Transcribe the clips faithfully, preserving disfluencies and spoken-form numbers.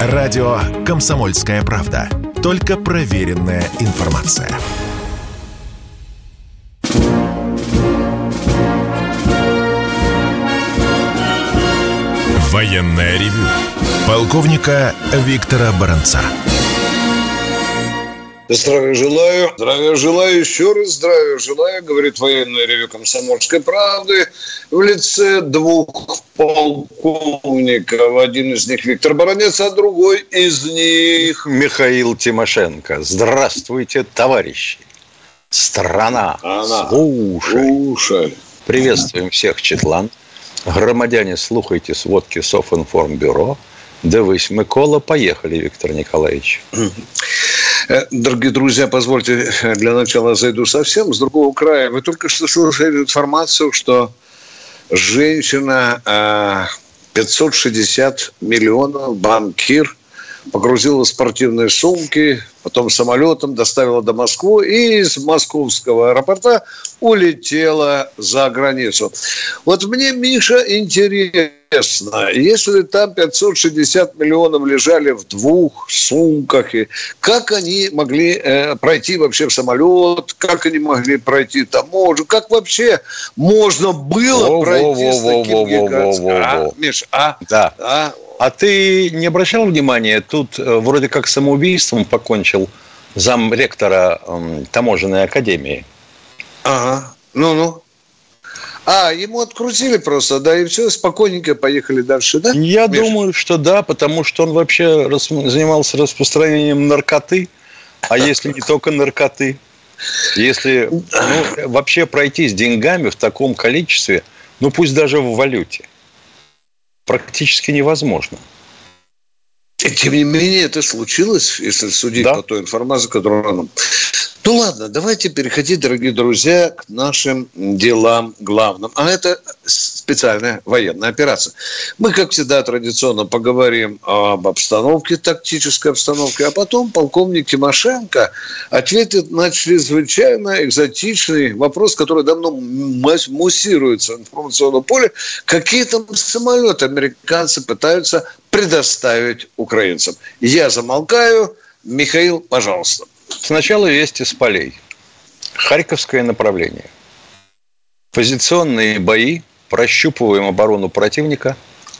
Радио «Комсомольская правда». Только проверенная информация. Военное ревю полковника Виктора Баранца. Здравия желаю. Здравия желаю. Еще раз здравия желаю, говорит военное ревю «Комсомольской правды» в лице двух полковников. Один из них Виктор Баранец, а другой из них Михаил Тимошенко. Здравствуйте, товарищи. Страна. Она. Слушай. Слушай. Приветствуем всех, Четлан. Громадяне, слухайте сводки Софинформбюро. Дивись, Микола. Поехали, Виктор Николаевич. Дорогие друзья, позвольте для начала зайду совсем с другого края. Вы только что слышали информацию, что женщина пятьсот шестьдесят миллионов, банкир, погрузила в спортивные сумки, потом самолетом доставила до Москвы и из московского аэропорта улетела за границу. Вот мне, Миша, интересно, если там пятьсот шестьдесят миллионов лежали в двух сумках, и как они могли э, пройти вообще в самолет, как они могли пройти таможню, как вообще можно было во, пройти во, с во, таким гигантским... А, Миш, а? Да. А? А ты не обращал внимания, тут э, вроде как самоубийством покончил замректора э, таможенной академии. Ага, ну-ну. А, ему открутили просто, да, и все, спокойненько поехали дальше, да? Я Миш? думаю, что да, потому что он вообще рас... занимался распространением наркоты, а если не только наркоты, если ну, вообще пройти с деньгами в таком количестве, ну пусть даже в валюте, практически невозможно. Тем не менее, это случилось, если судить да. по той информации, которую нам... Ну ладно, давайте переходить, дорогие друзья, к нашим делам главным. А это специальная военная операция. Мы, как всегда, традиционно поговорим об обстановке, тактической обстановке, а потом полковник Тимошенко ответит на чрезвычайно экзотичный вопрос, который давно муссируется в информационном поле. Какие там самолеты американцы пытаются предоставить украинцам? Я замолкаю. Михаил, пожалуйста. Сначала вести с полей. Харьковское направление. Позиционные бои. Прощупываем оборону противника.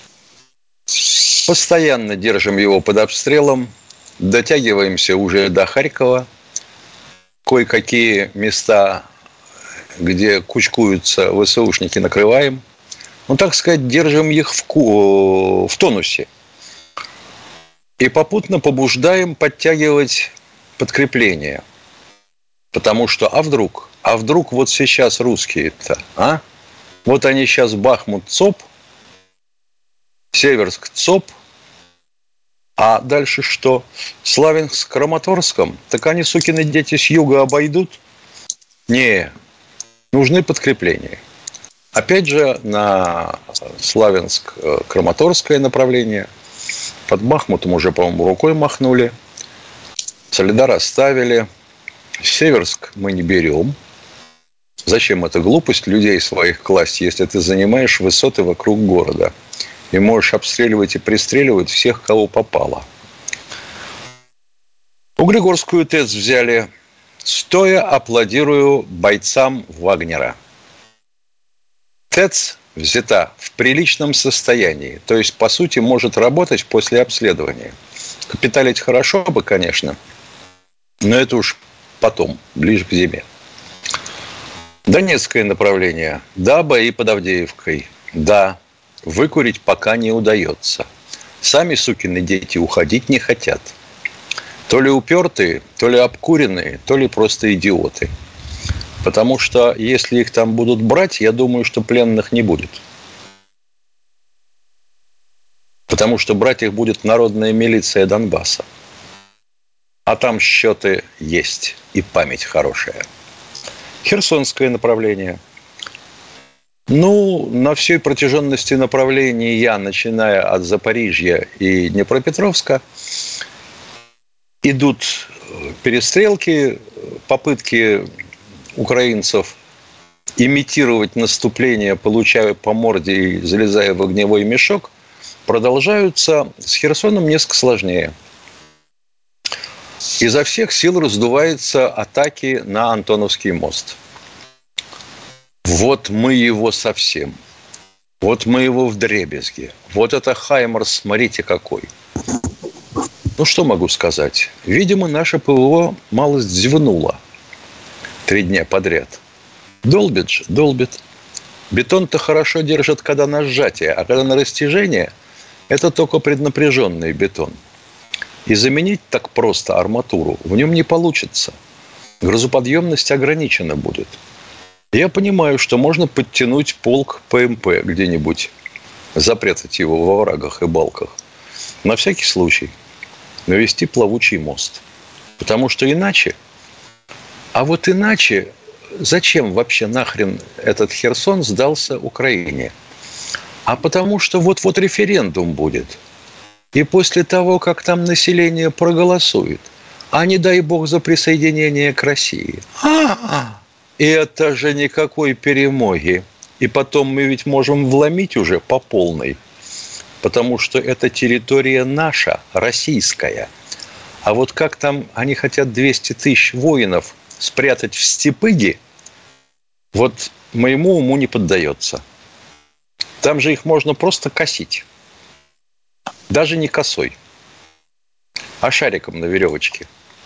Постоянно держим его под обстрелом. Дотягиваемся уже до Харькова. Кое-какие места, где кучкуются ВСУшники, накрываем. Ну, так сказать, держим их в, ку- в тонусе. И попутно побуждаем подтягивать подкрепление. Потому что, а вдруг? А вдруг вот сейчас русские-то, а? Вот они сейчас Бахмут-ЦОП, Северск-ЦОП, а дальше что? Славянск-Краматорском? Так они, сукины дети, с юга обойдут? Не, нужны подкрепления. Опять же, на Славянск-Краматорское направление под Бахмутом уже, по-моему, рукой махнули. Солидар оставили. Северск мы не берем. Зачем эта глупость людей своих класть, если ты занимаешь высоты вокруг города и можешь обстреливать и пристреливать всех, кого попало. Углегорскую ТЭЦ взяли. Стоя аплодирую бойцам Вагнера. ТЭЦ взята в приличном состоянии. То есть, по сути, может работать после обследования. Капиталить хорошо бы, конечно, но это уж потом, ближе к зиме. Донецкое направление. Да, бои под Авдеевкой. Да, выкурить пока не удается. Сами сукины дети уходить не хотят. То ли упертые, то ли обкуренные, то ли просто идиоты. Потому что если их там будут брать, я думаю, что пленных не будет. Потому что брать их будет народная милиция Донбасса. А там счеты есть и память хорошая. Херсонское направление. Ну, на всей протяженности направления, начиная от Запорижья и Днепропетровска, идут перестрелки, попытки украинцев имитировать наступление, получая по морде и залезая в огневой мешок. продолжаются. С Херсоном несколько сложнее. Изо всех сил раздуваются атаки на Антоновский мост. Вот мы его совсем. Вот мы его вдребезги. Вот это Хаймарс, смотрите какой. Ну, что могу сказать? Видимо, наше ПВО малость зевнуло три дня подряд. Долбит же, долбит. Бетон-то хорошо держит, когда на сжатие, а когда на растяжение, это только преднапряженный бетон. И заменить так просто арматуру в нем не получится. Грузоподъемность ограничена будет. Я понимаю, что можно подтянуть полк ПМП где-нибудь, запрятать его во врагах и балках. На всякий случай навести плавучий мост. Потому что иначе... А вот иначе... Зачем вообще нахрен этот Херсон сдался Украине? А потому что вот-вот референдум будет. И после того, как там население проголосует, а не дай бог за присоединение к России. А-а-а. И это же никакой перемоги. И потом мы ведь можем вломить уже по полной. Потому что это территория наша, российская. А вот как там они хотят двести тысяч воинов спрятать в Степыге, вот моему уму не поддается. Там же их можно просто косить. Даже не косой, а шариком на веревочке.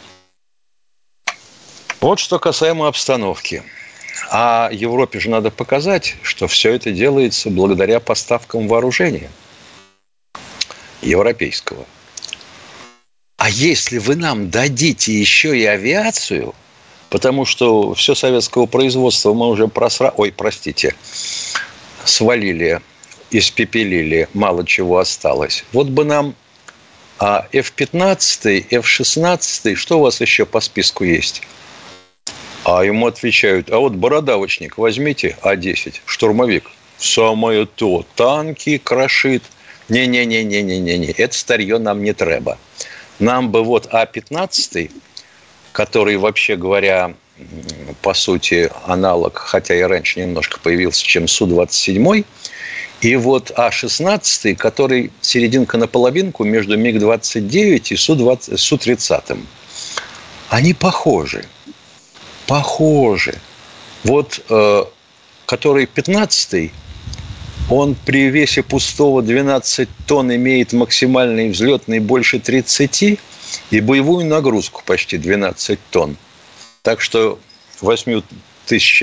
Вот что касаемо обстановки. А Европе же надо показать, что все это делается благодаря поставкам вооружения европейского. А если вы нам дадите еще и авиацию, потому что все советского производства мы уже просра... Ой, простите, свалили, испепелили, мало чего осталось. Вот бы нам а, эф пятнадцать, эф шестнадцать, что у вас еще по списку есть? А ему отвечают, а вот бородавочник возьмите, А десять, штурмовик. Самое то, танки крошит. Не-не-не-не-не-не, это старье нам не треба. Нам бы вот А пятнадцать, который, вообще говоря, по сути, аналог, хотя и раньше немножко появился, чем Су двадцать семь, и вот А шестнадцать, который серединка на половинку между МиГ двадцать девять и Су тридцать. Они похожи. Похожи. Вот э, который пятнадцатый, он при весе пустого двенадцать тонн имеет максимальный взлетный больше тридцати и боевую нагрузку почти двенадцать тонн. Так что восемь тысяч,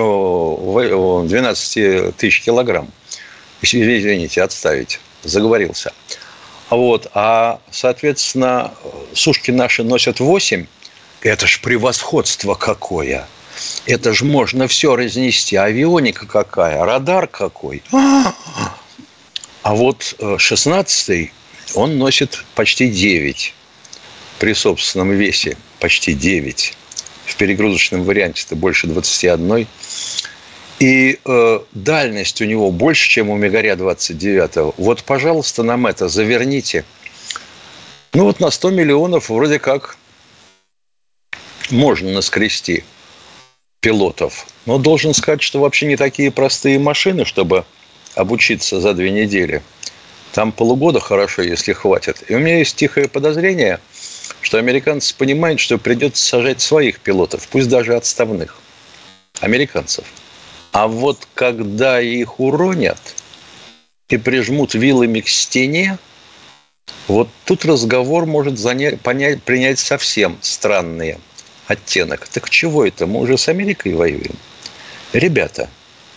двенадцать тысяч килограмм. Извините, отставить. Заговорился. Вот. А, соответственно, сушки наши носят восемь. Это ж превосходство какое! Это ж можно все разнести. Авионика какая, радар какой. А вот шестнадцатый, он носит почти девять. При собственном весе почти девять. В перегрузочном варианте-то больше двадцати одной. И э, дальность у него больше, чем у Мегаря двадцать девятого. Вот, пожалуйста, нам это заверните. Ну, вот на сто миллионов вроде как можно наскрести пилотов. Но должен сказать, что вообще не такие простые машины, чтобы обучиться за две недели. Там полугода хорошо, если хватит. И у меня есть тихое подозрение, что американцы понимают, что придется сажать своих пилотов, пусть даже отставных. Американцев. А вот когда их уронят и прижмут вилами к стене, вот тут разговор может занять, понять, принять совсем странный оттенок. Так чего это? Мы уже с Америкой воюем. Ребята,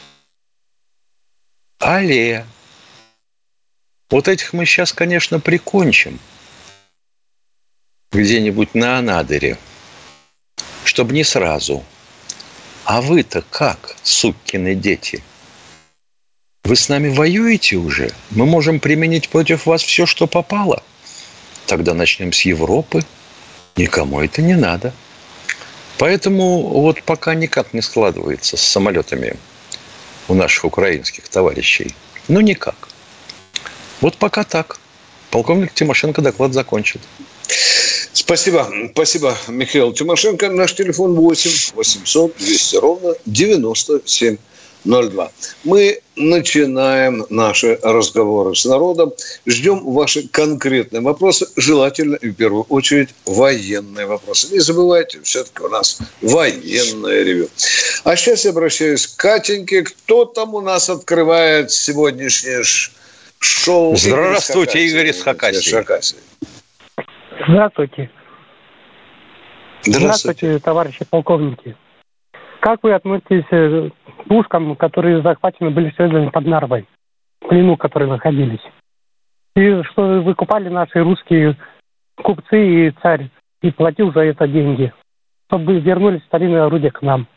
алле, вот этих мы сейчас, конечно, прикончим где-нибудь на Анадыре, чтобы не сразу. А вы-то как, сукины дети? Вы с нами воюете уже? Мы можем применить против вас все, что попало. Тогда начнем с Европы. Никому это не надо. Поэтому вот пока никак не складывается с самолетами у наших украинских товарищей. Ну, никак. Вот пока так. Полковник Тимошенко доклад закончит. Спасибо. Спасибо, Михаил Тимошенко. Наш телефон восемь восемьсот двести ровно девяносто семь ноль два. Мы начинаем наши разговоры с народом. Ждем ваши конкретные вопросы. Желательно, и в первую очередь, военные вопросы. Не забывайте, все-таки у нас военное ревю. А сейчас я обращаюсь к Катеньке. Кто там у нас открывает сегодняшнее шоу? Здравствуйте, Игорь из Хакасии. Здравствуйте. Здравствуйте, товарищи полковники. Как вы относитесь к пушкам, которые захвачены были сегодня под Нарвой, в плену, которые находились? И что выкупали наши русские купцы и царь, и платил за это деньги, чтобы вернулись старинные орудия к нам.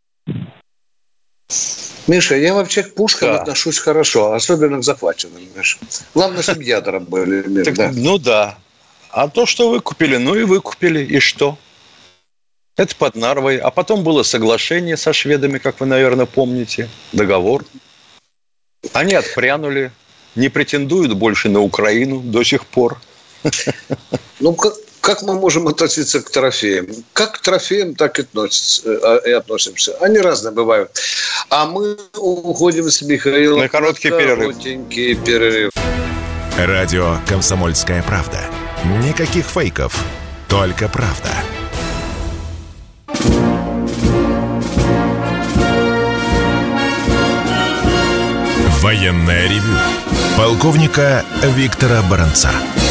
Миша, я вообще к пушкам да. отношусь хорошо, особенно к захваченным, Миша. Главное, чтобы ядра были. Так, да. Ну да. А то, что выкупили, ну и выкупили, и что? Это под Нарвой. А потом было соглашение со шведами, как вы, наверное, помните. Договор. Они отпрянули. Не претендуют больше на Украину до сих пор. Ну, как, как мы можем относиться к трофеям? Как к трофеям, так и относимся. И относимся. Они разные бывают. А мы уходим с Михаилом на короткий перерыв. перерыв. Радио «Комсомольская правда». Никаких фейков, только правда. Военное ревю полковника Виктора Баранца.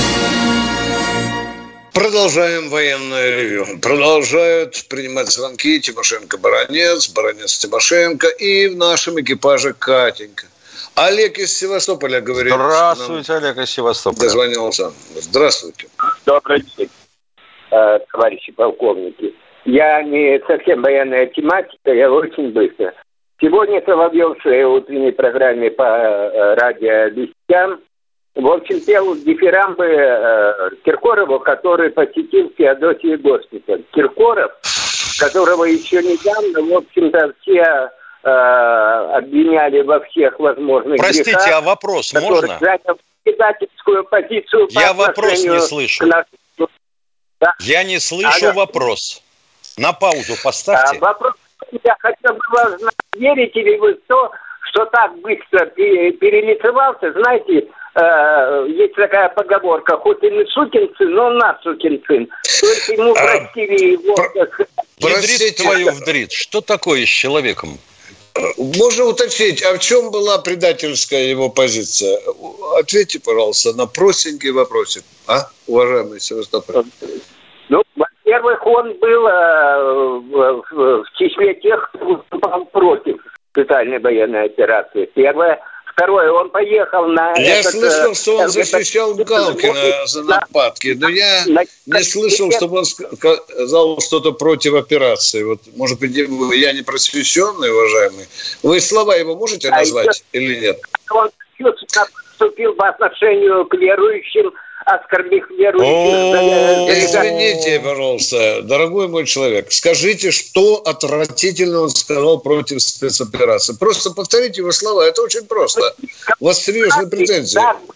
Продолжаем военное ревю. Продолжают принимать звонки Тимошенко-Баранец, Баранец-Тимошенко и в нашем экипаже Катенька. Олег из Севастополя говорит. Здравствуйте, Олег из Севастополя. Дозвонился. Здравствуйте. Добрый день, товарищи полковники. Я не совсем военная тематика, я очень быстро. Сегодня Соловьев в своей утренней программе по радиовестям, в общем, пел дифирамбы Киркорову, который посетил Феодосию госпиталь. Киркоров, которого еще недавно, в общем-то, все обвиняли во всех возможных Простите, грехах, а вопрос можно? Занял предательскую позицию. Я вопрос не слышу. Нас... Да. Я не слышу а, вопрос. На паузу поставьте. А, вопрос, я хотел бы вас знать, верите ли вы в то, что так быстро перелицевался? Знаете, э, есть такая поговорка, хоть и не сукин сын, но на сукин сын. То есть ему простили его... Вдрит твою вдрит. Что такое с человеком? Можно уточнить, а в чем была предательская его позиция? Ответьте, пожалуйста, на простенький вопросик, а, уважаемый Севастополь? Ну, во-первых, он был э, в, в числе тех, кто выступал против специальной военной операции. Первое. Второе, он поехал на... Я этот, слышал, что он э, защищал этот, Галкина за нападки, но я на, не слышал, чтобы он сказал что-то против операции. Вот, может быть, я не просвещенный, уважаемый. Вы слова его можете назвать а или нет? Он вступил по отношению к верующим, оскорбив верующих. Извините, пожалуйста, дорогой мой человек, скажите, что отвратительно он сказал против спецоперации. Просто повторите его слова, это очень просто. У вас серьезные претензии.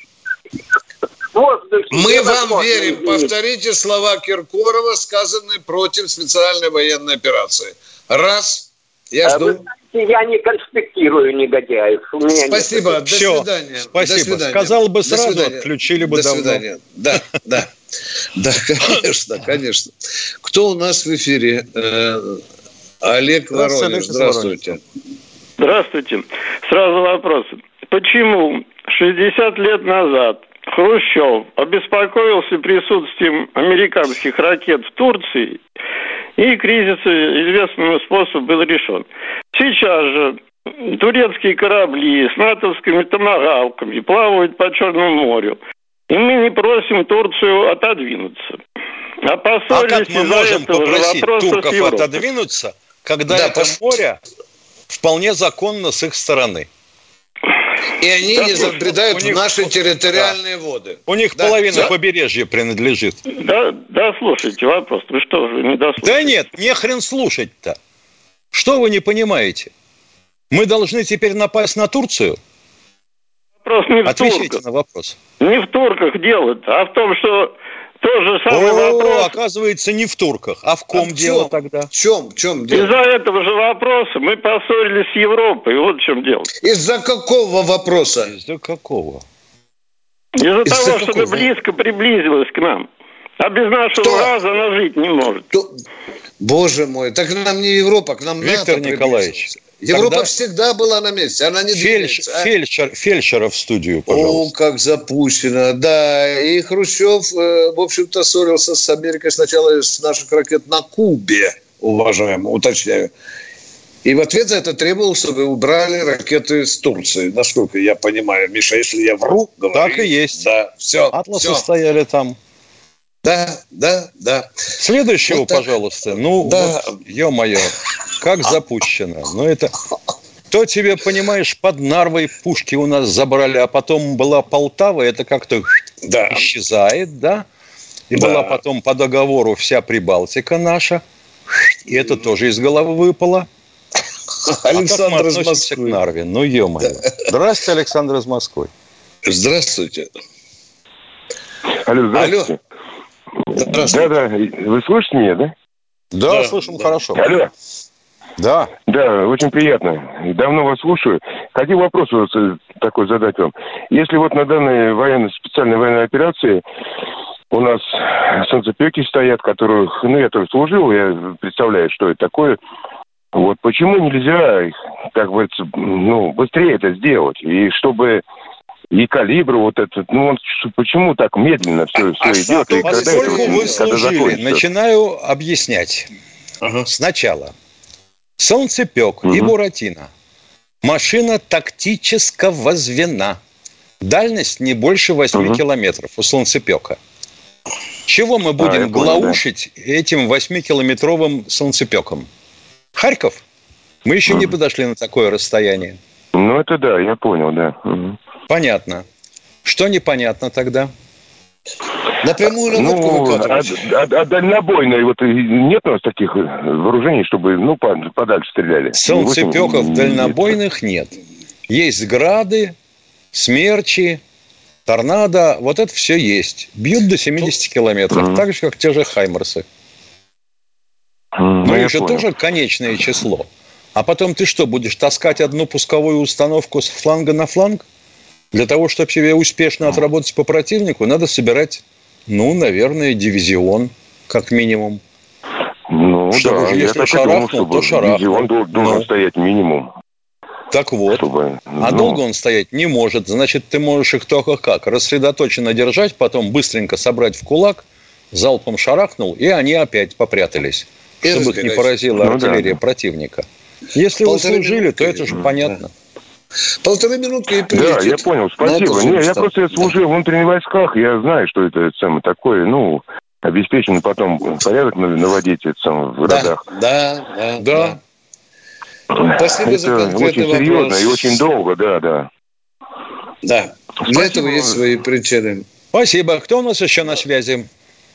Мы вам верим. Повторите слова Киркорова, сказанные против специальной военной операции. Раз, я жду. Я не конспектирую негодяев. Спасибо, до Все. свидания. Спасибо. До свидания. Сказал бы сразу, свидания. Отключили бы до давно. Свидания. Да, да. Да, конечно, конечно. Кто у нас в эфире? Олег Воронеж. Здравствуйте. Здравствуйте. Сразу вопрос. Почему шестьдесят лет назад Хрущев обеспокоился присутствием американских ракет в Турции, и кризис известным способом был решен? Сейчас же турецкие корабли с натовскими томагавками плавают по Черному морю, и мы не просим Турцию отодвинуться. А как мы можем попросить турков отодвинуться, когда да, это пос... море вполне законно с их стороны? И они да, не забредают в наши территориальные да. воды. У них да, половина да. побережья принадлежит. Да, да, слушайте вопрос. Вы что же не дослушаете? Да нет, не хрен слушать-то. Что вы не понимаете? Мы должны теперь напасть на Турцию? Вопрос не в Отвечайте турках. на вопрос. Не в турках дело, а в том, что Тот же самый О, вопрос. Оказывается, не в турках. А в ком А в дело чем? тогда? В чем, в чем дело? Из-за этого же вопроса мы поссорились с Европой. Вот в чем дело. Из-за какого вопроса? Из-за какого? Из-за Из-за того, что какого? мы близко приблизилась к нам. А без нашего Кто? газа она жить не может. То- Боже мой, так нам не Европа, к нам Виктор НАТО Николаевич, приблизилась. Европа когда- всегда была на месте, она не Фельдш- двигается. а? фельдшер, фельдшера в студию, О, пожалуйста. как запущено, да. И Хрущев, э, в общем-то, ссорился с Америкой сначала с наших ракет на Кубе, уважаемый, уточняю. И в ответ за это требовал, чтобы убрали ракеты с Турции. Насколько я понимаю, Миша, если я вру, говори. Так и есть. Да, все, Атласы все. стояли там. Да, да, да. Следующего, Вот так. пожалуйста. Ну, Да. вот, ё-моё, как запущено. Ну, это... То тебе, понимаешь, под Нарвой пушки у нас забрали, а потом была Полтава, это как-то Да. исчезает, да? И Да. была потом по договору вся Прибалтика наша, и это тоже из головы выпало. А Александр как мы из относимся к Москвы. Нарве? Ну, ё-моё. Здравствуйте, Александр из Москвы. Здравствуйте. Алло, здравствуйте. Здравствуйте. Да, да. Вы слышите меня, да? Да, Да, слышим да. хорошо. Алло. Да. Да, очень приятно. Давно вас слушаю. Хотел вопрос вот такой задать вам. Если вот на данной военной, специальной военной операции у нас солнцепеки стоят, которых, ну, я тоже служил, я представляю, что это такое. Вот почему нельзя, как бы, ну, быстрее это сделать? И чтобы и калибр вот этот, ну, он, почему так медленно все, все идет? И когда это, Поскольку вы когда служили, закончится? начинаю объяснять. Ага. Сначала. Солнцепек Мгм. и Буратино. Машина тактического звена. Дальность не больше восьми Мгм. километров у солнцепека. Чего мы будем я понял, глаушить этим восьмикилометровым солнцепеком? Харьков? Мы еще не подошли на такое расстояние. Ну, это да, я понял, да. Мгм. Понятно. Что непонятно тогда? Напрямую на водку Ну, а, выкатывать. а- а дальнобойной вот и нет у нас таких вооружений, чтобы, ну, по- подальше стреляли? Солнцепеков Не- дальнобойных нет. Есть грады, смерчи, торнадо. Вот это все есть. Бьют до семидесяти километров. Мгм. Так же, как те же «Хаймерсы». М, Но я их же понял. тоже конечное число. А потом ты что, будешь таскать одну пусковую установку с фланга на фланг? Для того, чтобы себе успешно отработать по противнику, надо собирать, ну, наверное, дивизион, как минимум. Ну, Чтобы да, же, я если так и думал, шарахнул, чтобы то шарахнул. дивизион дол- должен Ну. стоять минимум. Так вот. Чтобы, А ну, долго он стоять не может. Значит, ты можешь их только как? Рассредоточенно держать, потом быстренько собрать в кулак, залпом шарахнул, и они опять попрятались. И Чтобы их не разбегайся. поразила Ну, артиллерия да. противника. Если вы Полторы служили, минутки. то это же Да. понятно. Полторы минутки и Да, прилетит. я понял, спасибо. На Не, я Казахстан. просто служил в внутренних войсках, я знаю, что это, это самое такое, ну, обеспечено потом порядок нав- наводить это самое, в Да, городах. да, да, Да. да. Спасибо за Это конкретный очень серьезно вопрос. и очень долго, да, да. Да. Для Спасибо. этого есть свои причины. Спасибо. Кто у нас еще на связи?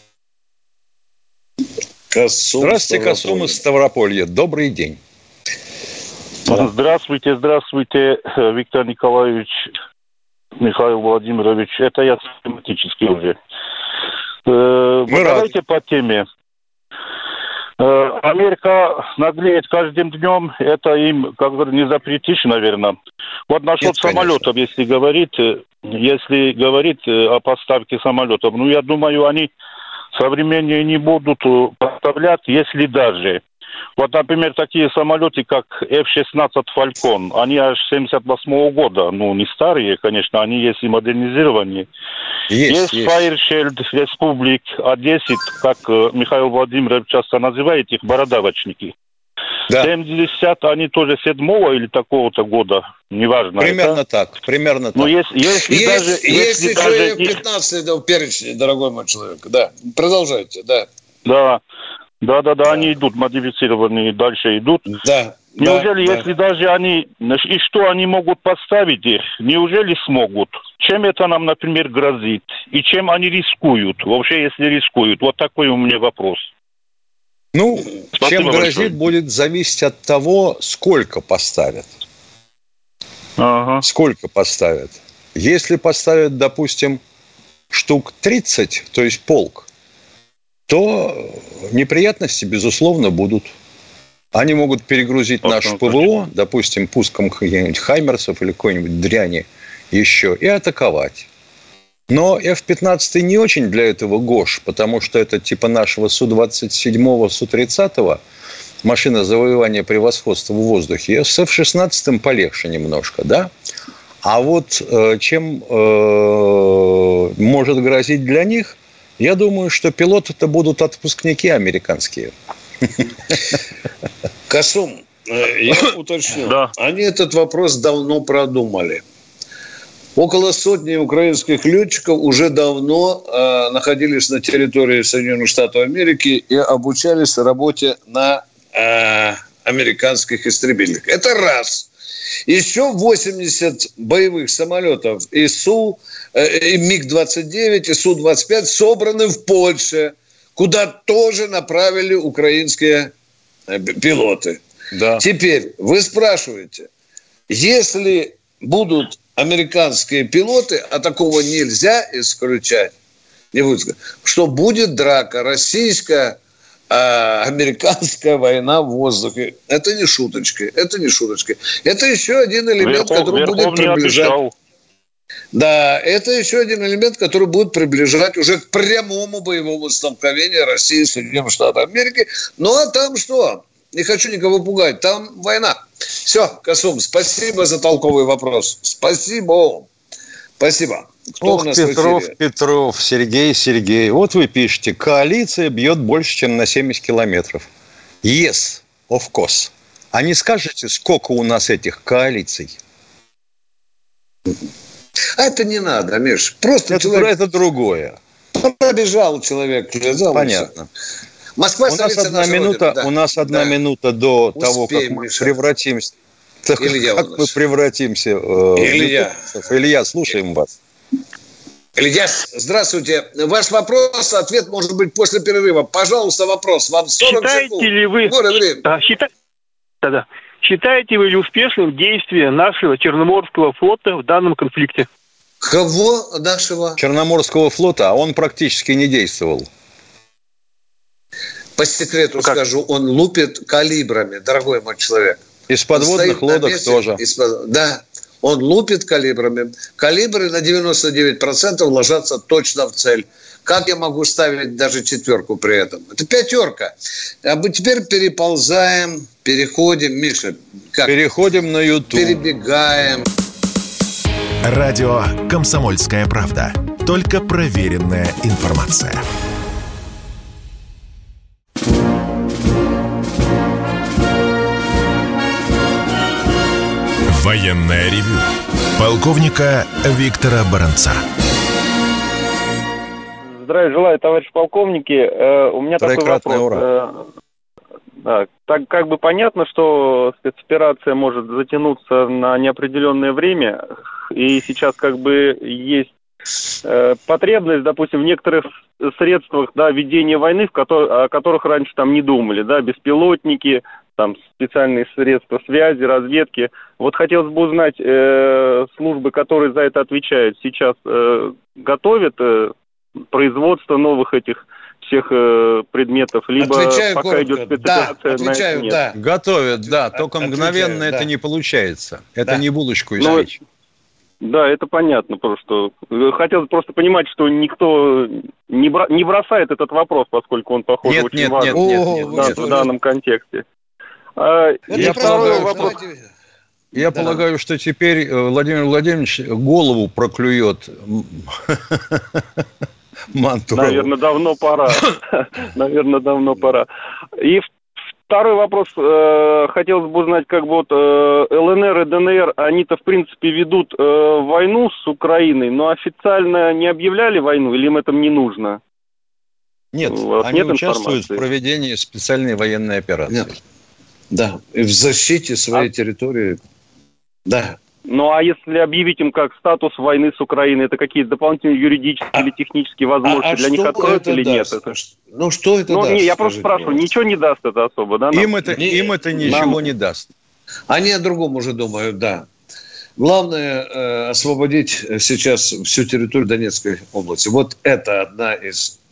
Косум, Здравствуйте, Косум Ставрополь. из Ставрополья. Добрый день. Здравствуйте, здравствуйте, Виктор Николаевич, Михаил Владимирович. Это я систематически уже. Э, Мы Давайте по теме. Э, Америка наглеет каждым днем. Это им, как говорю, не запретишь, наверное. Вот насчет Нет, конечно. самолетов, если говорить, э, если говорить э, о поставке самолетов, ну, я думаю, они современнее не будут э, поставлять, если даже. Вот, например, такие самолеты, как эф шестнадцать Falcon, они аж семьдесят восьмого года, ну, не старые, конечно, они есть и модернизированные. Есть, Есть есть. Fire Shield Republic а десять, как э, Михаил Владимирович часто называет их, бородавочники. Да, семьдесят, они тоже седьмого или такого-то года, неважно. примерно это. так. Примерно Но так. если, если Есть, даже... есть если еще даже и их- пятнадцать в перечне, дорогой мой человек. Да. Продолжайте, да. Да, да, да, да, они идут, модифицированные, дальше идут. Да. Неужели, да, если даже они... И что они могут поставить их? Неужели смогут? Чем это нам, например, грозит? И чем они рискуют? Вообще, если рискуют? Вот такой у меня вопрос. Ну, Спасибо чем большое. грозит, будет зависеть от того, сколько поставят. Ага. Сколько поставят. Если поставят, допустим, штук тридцать, то есть полк, то неприятности, безусловно, будут. Они могут перегрузить наше ПВО, допустим, пуском каких-нибудь хаймерсов или какой-нибудь дряни еще, и атаковать. Но эф пятнадцать не очень для этого гош, потому что это типа нашего Су двадцать семь, Су тридцать, машина завоевания превосходства в воздухе. С эф шестнадцать полегче немножко, да? А вот э, чем э, может грозить для них, я думаю, что пилоты-то будут отпускники американские. Касум, я уточню. Да. Они этот вопрос давно продумали. Около сотни украинских летчиков уже давно э, находились на территории Соединенных Штатов Америки и обучались работе на э, американских истребителях. Это раз. Еще восемьдесят боевых самолетов и Су, э, и Миг двадцать девять, и Су двадцать пять собраны в Польше, куда тоже направили украинские э, пилоты. Да. Теперь вы спрашиваете, если будут американские пилоты, а такого нельзя исключать, не будет, что будет драка, российская, э, американская война в воздухе. Это не шуточки, это не шуточки. Это еще один элемент, Верхов, который Верхов будет приближать. Обещал. Да, это еще один элемент, который будет приближать уже к прямому боевому столкновению России и Соединенных Штатов Америки. Ну а там что? Не хочу никого пугать. Там война. Все, Касум, спасибо за толковый вопрос. Спасибо. Спасибо. Кто Ох, Петров, Петров, Сергей, Сергей. Вот вы пишете, коалиция бьет больше, чем на семьдесят километров. Yes, of course. А не скажете, сколько у нас этих коалиций? А это не надо, Миш. Просто это, человек... это другое. Пробежал человек. Понятно. Москва, у нас одна минута, родина, да. У нас одна да. минута до Успеем, того, как мы Миша. превратимся, так, Илья как мы превратимся в Илья. Илья, слушаем вас. Илья, здравствуйте. Ваш вопрос, ответ может быть после перерыва. Пожалуйста, вопрос. Вам сорок Считаете секунд. ли вы... Да, счита... да, да. Считаете вы ли успешным действие нашего Черноморского флота в данном конфликте? Кого нашего? Черноморского флота, а он практически не действовал. По секрету как? скажу, он лупит калибрами, дорогой мой человек. Из подводных лодок месте, тоже. Из, да, он лупит калибрами. Калибры на девяносто девять процентов ложатся точно в цель. Как я могу ставить даже четверку при этом? Это пятерка. А мы теперь переползаем, переходим. Миша, как? Переходим на YouTube. Перебегаем. Радио «Комсомольская правда». Только проверенная информация. Военное ревю полковника Виктора Баранца. Здравия желаю, товарищ полковники. Э, у меня такой вопрос. Ура. Э, да, так как бы понятно, что спецоперация может затянуться на неопределенное время, и сейчас как бы есть э, потребность, допустим, в некоторых средствах, да, ведения войны, в ко- о которых раньше там не думали, да, беспилотники, там специальные средства связи, разведки. Вот хотелось бы узнать, э, службы, которые за это отвечают, сейчас э, готовят э, производство новых этих всех э, предметов, либо отвечаю пока коротко. идет спецоперация, да, отвечаю, на это да. нет? Готовят, да, только отвечаю, мгновенно да. это не получается. Это да. не булочку испечь. Ну, да, это понятно, просто хотелось просто понимать, что никто не, бро- не бросает этот вопрос, поскольку он, похоже, нет, очень нет, важен нет, нет, нет, да, нет, в данном нет. контексте. А, я полагаю, вопрос... что, я да. полагаю, что теперь Владимир Владимирович голову проклюет Мантурову. Наверное, давно пора. Наверное, давно пора. И второй вопрос. Хотелось бы узнать, как бы вот ЛНР и ДНР, они-то, в принципе, ведут войну с Украиной, но официально не объявляли войну, или им это не нужно? Нет, они нет участвуют информации? В проведении специальной военной операции. Нет. Да, и в защите своей а... территории. Да. Ну, а если объявить им как статус войны с Украиной, это какие-то дополнительные юридические а... или технические возможности а, а для них откроют или даст? Нет? Это... Ну, что это ну, даст? Не, я просто спрашиваю, пожалуйста. Ничего не даст это особо, да? Им это, не, им это ничего нам... не даст. Они о другом уже думают, да. Главное э, освободить сейчас всю территорию Донецкой области. Вот это одна из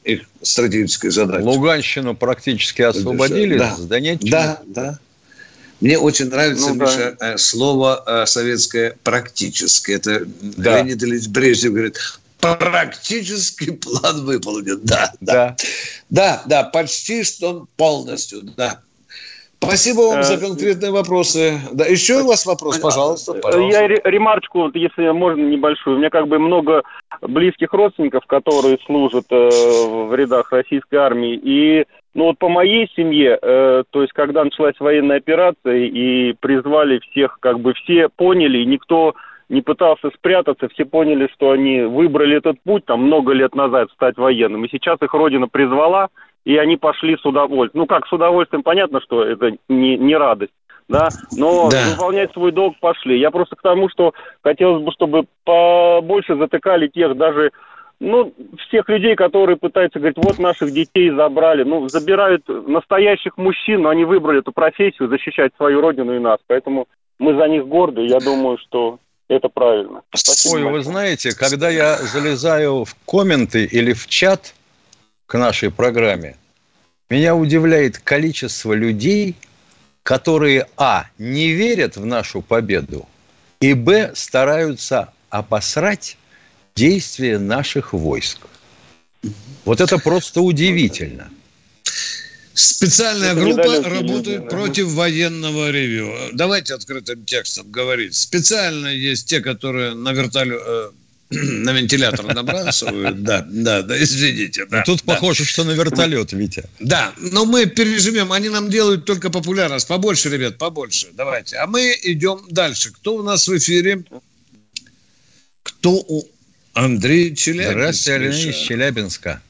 их стратегической задачей. Луганщину практически освободили, да. с Донецким. Да, да. Мне очень нравится, ну, Миша, да. слово советское «практически». Это да. Леонид Ильич Брежнев говорит, практически план выполнен. Да, да. Да, да, да, почти что полностью, да. Спасибо вам за конкретные вопросы. Да, еще у вас вопрос, пожалуйста, пожалуйста. Я ремарочку, если можно, небольшую. У меня как бы много близких родственников, которые служат э, в рядах российской армии. И ну вот по моей семье, э, то есть когда началась военная операция и призвали всех, как бы все поняли, и никто не пытался спрятаться, все поняли, что они выбрали этот путь там много лет назад стать военным. И сейчас их родина призвала, и они пошли с удовольствием. Ну, как с удовольствием, понятно, что это не, не радость, да, но да. выполнять свой долг пошли. Я просто к тому, что хотелось бы, чтобы побольше затыкали тех даже, ну, всех людей, которые пытаются говорить, вот наших детей забрали. Ну, забирают настоящих мужчин, но они выбрали эту профессию, защищать свою родину и нас. Поэтому мы за них горды, я думаю, что это правильно. Спасибо Ой, большое. вы знаете, когда я залезаю в комменты или в чат к нашей программе, меня удивляет количество людей, которые, а, не верят в нашу победу, и, б, стараются обосрать действия наших войск. Вот это просто удивительно. Специальная это группа работает да. против военного ревью. Давайте открытым текстом говорить. Специально есть те, которые на вертолет, э, на вентилятор набрасывают. Да, да, да, извините. Да, тут да. похоже, что на вертолет, Витя. Да, но мы переживем. Они нам делают только популярность. Побольше, ребят, побольше. Давайте. А мы идем дальше. Кто у нас в эфире? Кто у... Андрей Челябинск. Здравствуйте, Алексей из Челябинска.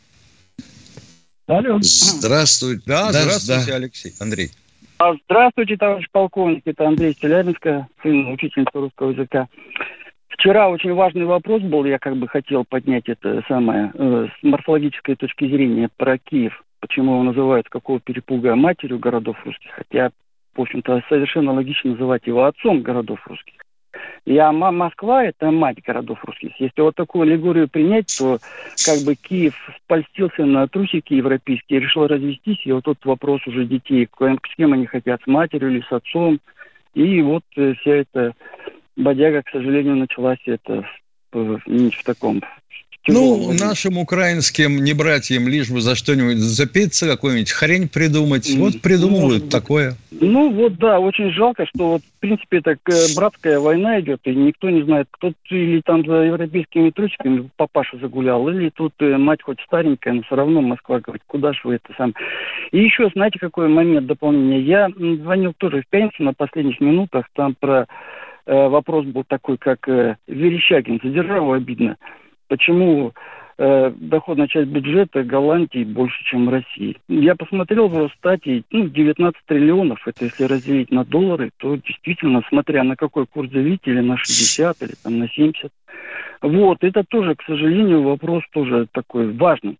Алло. Здравствуйте. Да, да здравствуйте, да. Алексей. Андрей. Здравствуйте, товарищ полковник. Это Андрей из Челябинска, сын учительницы русского языка. Вчера очень важный вопрос был, я как бы хотел поднять это самое, э, с морфологической точки зрения про Киев. Почему его называют, с какого перепуга, матерью городов русских. Хотя, в общем-то, совершенно логично называть его отцом городов русских. Я Москва – это мать городов русских. Если вот такую аллегорию принять, то как бы Киев польстился на трусики европейские, решил развестись, и вот тут вопрос уже детей, с кем они хотят, с матерью или с отцом. И вот вся эта бодяга, к сожалению, началась это в, в таком... Ну, момент. Нашим украинским небратьям лишь бы за что-нибудь запиться, какую-нибудь хрень придумать. Вот придумывают ну, такое. Ну, вот да, очень жалко, что вот, в принципе, так братская война идет, и никто не знает, кто или там за европейскими трусиками папаша загулял, или тут мать хоть старенькая, но все равно Москва говорит, куда ж вы это сам. И еще, знаете, какой момент дополнения? Я звонил тоже в пятницу на последних минутах, там про э, вопрос был такой, как э, Верещагин, задержал, обидно. Почему э, доходная часть бюджета Голландии больше, чем в России? Я посмотрел в Росстате, ну, девятнадцать триллионов, это если разделить на доллары, то действительно, смотря на какой курс заведите, или на шестьдесят, или там на семьдесят. Вот, это тоже, к сожалению, вопрос тоже такой важный.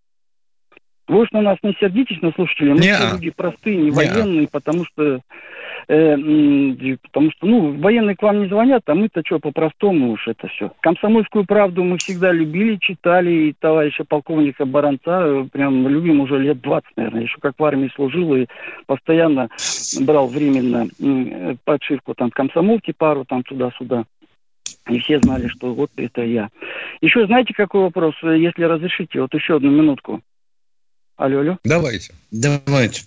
Вы уж на нас не сердитесь, на слушателей, мы все люди простые, не военные, потому что... Потому что, ну, военные к вам не звонят, а мы-то что, по-простому уж это все. «Комсомольскую правду» мы всегда любили, читали, и товарища полковника Баранца прям любим уже лет двадцать, наверное, еще как в армии служил и постоянно брал временно подшивку там комсомолки пару, там туда-сюда. И все знали, что вот это я. Еще знаете, какой вопрос, если разрешите, вот еще одну минутку. Алло, алло. Давайте. Давайте.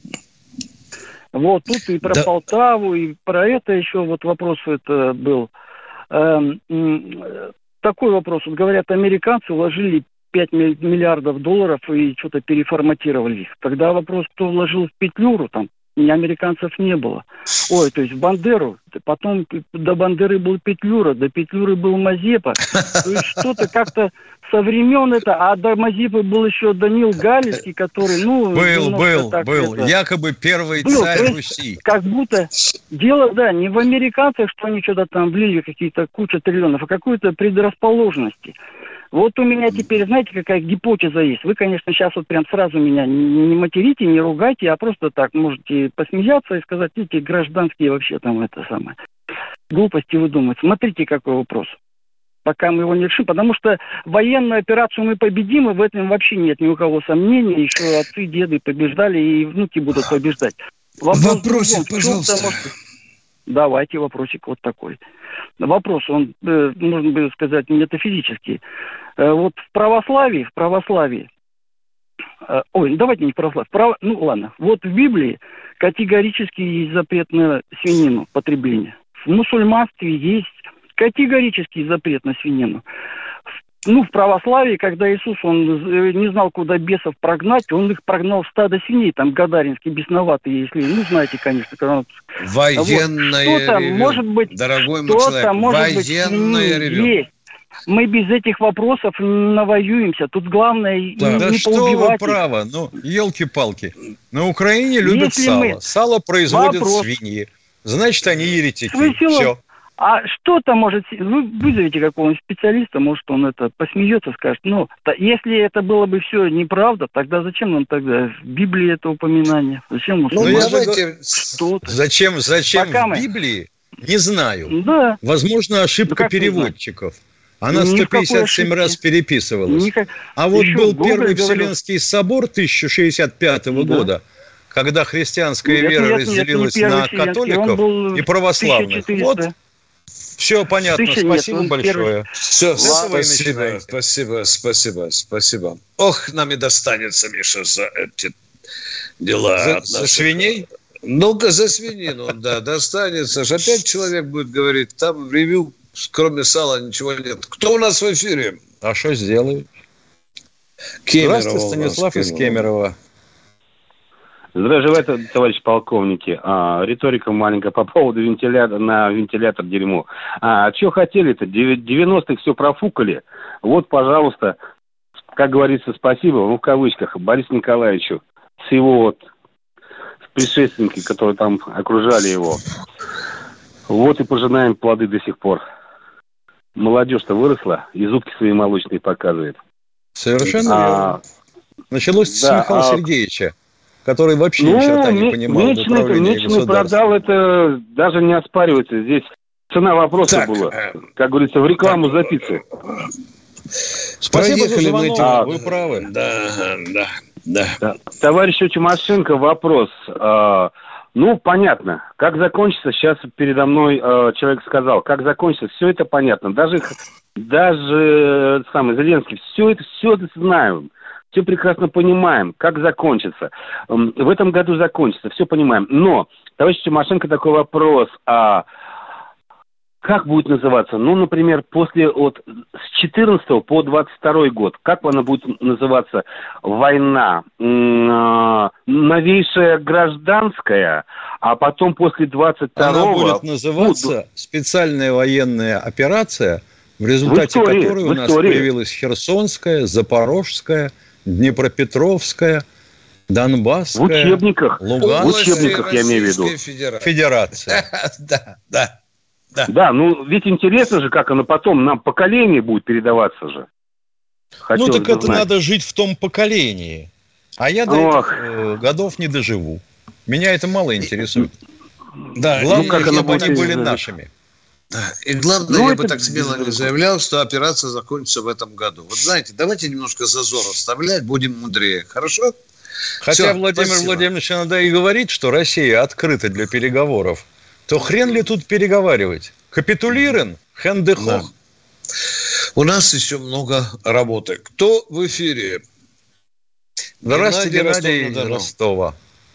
Вот тут и про да. Полтаву, и про это еще вот вопрос это был. Эм, такой вопрос. Вот говорят, американцы вложили пять миллиардов долларов и что-то переформатировали их. Тогда вопрос, кто вложил в Петлюру, там, ни американцев не было. Ой, то есть в Бандеру. Потом до Бандеры был Петлюра, до Петлюры был Мазепа. То есть что-то как-то со времен это, а до Мазепы был еще Данил Галицкий, который, ну... Был, был, так, был. Это, якобы первый был, царь Руси. Как будто дело, да, не в американцах, что они что-то там влили, какие-то куча триллионов, а какой-то предрасположенности. Вот у меня теперь, знаете, какая гипотеза есть. Вы, конечно, сейчас вот прям сразу меня не материте, не ругайте, а просто так можете посмеяться и сказать, эти гражданские вообще там это самое. Глупости выдумать. Смотрите, какой вопрос. пока мы его не решим, потому что военную операцию мы победим, и в этом вообще нет ни у кого сомнений, еще отцы, деды побеждали, и внуки будут побеждать. Вопрос Вопросик, пожалуйста. Может... Давайте вопросик вот такой. Вопрос, он, э, можно бы сказать, метафизический. Э, вот в православии, в православии, э, ой, давайте не в православии, в право, ну ладно, вот в Библии категорически есть запрет на свинину, потребление. В мусульманстве есть категорический запрет на свинину. Ну, в православии, когда Иисус, он не знал, куда бесов прогнать, он их прогнал в стадо свиней, там, гадаринские, бесноватые, если, ну, знаете, конечно. Когда он... Военное вот. Что-то, ревю. может быть, Дорогой мой что-то, человек, может военное быть, ревю. есть. Мы без этих вопросов не навоюемся. Тут главное да, не, да не что поубивать вы правы, ну, елки-палки. На Украине любят Если сало. мы... Сало производят Вопрос. свиньи. Значит, они еретики. Свысило... Все. А что-то может... Вы вызовите какого-нибудь специалиста, может, он это посмеется, скажет. Ну, то, если это было бы все неправда, тогда зачем нам тогда в Библии это упоминание? Зачем? Ну, ну давайте... Что-то. Зачем, зачем Пока в мы... Библии? Не знаю. Да. Возможно, ошибка да переводчиков. Она Ни сто пятьдесят семь раз переписывалась. Никак... А вот Еще был Гоголь Первый говорил... Вселенский собор тысяча шестьдесят пятого да. года, когда христианская нет, вера нет, разделилась нет, на католиков и православных. Вот все понятно. Тысяча спасибо нет, большое. первый... Все, спасибо, спасибо, спасибо, спасибо. Ох, нам и достанется, Миша, за эти дела. За, наших... за свиней? Ну-ка, за свинину, да, достанется. Опять человек будет говорить, там в ревью, кроме сала, ничего нет. Кто у нас в эфире? А что сделают? Кемерово. Здравствуйте, Станислав из Кемерово. Здравствуйте, товарищ полковники. А, риторика маленькая по поводу вентилятора, на вентилятор дерьмо. А что хотели-то? девяностых все профукали. Вот, пожалуйста, как говорится, спасибо, ну, в кавычках, Борису Николаевичу с его вот предшественники, которые там окружали его. Вот и пожинаем плоды до сих пор. Молодежь-то выросла, и зубки свои молочные показывает. Совершенно а, верно. Началось да, с Михаила а... Сергеевича, который вообще ну, ни черта не понимал в управлении государством. Продал, это даже не оспаривается. Здесь цена вопроса так, была, как говорится, в рекламу так, за пиццу. Спасибо за звонок, а, вы правы. Да, да, да. да. Товарищу Тимошенко вопрос. А, ну, понятно. Как закончится, сейчас передо мной а, человек сказал, как закончится, все это понятно. Даже, даже самый Зеленский, все это, все это знаем. Все прекрасно понимаем, как закончится. В этом году закончится, все понимаем. Но, товарищ Тимошенко, такой вопрос. А как будет называться? Ну, например, после от с четырнадцатого по двадцать второй год. Как она будет называться? Война. Новейшая гражданская, а потом после двадцать второго... Она будет называться специальная военная операция, в результате в истории, которой у нас появилась Херсонская, Запорожская, Днепропетровская, Донбасская, в учебниках, Луганская, в учебниках я имею в виду. Федерация. Да, да, да. Да, ну ведь интересно же, как оно потом нам поколение будет передаваться же. Ну так это знать. Надо жить в том поколении. А я до Ох. этих э, годов не доживу. Меня это мало интересует. Да, главное, ну, как чтобы они были нашими. Да. И главное, ну, я это... бы так смело не заявлял, что операция закончится в этом году. Вот знаете, давайте немножко зазор оставлять, будем мудрее. Хорошо? Хотя Все, Владимир спасибо. Владимирович иногда и говорит, что Россия открыта для переговоров, то хрен ли тут переговаривать? Капитулирован? Хендехох? Да. У нас еще много работы. Кто в эфире? Здравствуйте, Геннадий из Ростова.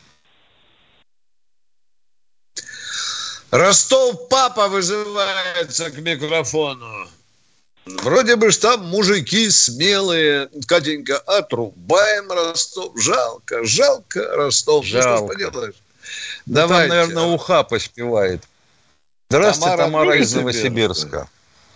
Ростов папа вызывается к микрофону. Вроде бы ж там мужики смелые. Катенька, отрубаем Ростов. Жалко, жалко Ростов. Жалко. Ну, что ж поделаешь? Ну, давайте. Там, наверное, уха поспевает. Здравствуйте, Тамара, Тамара из Новосибирска.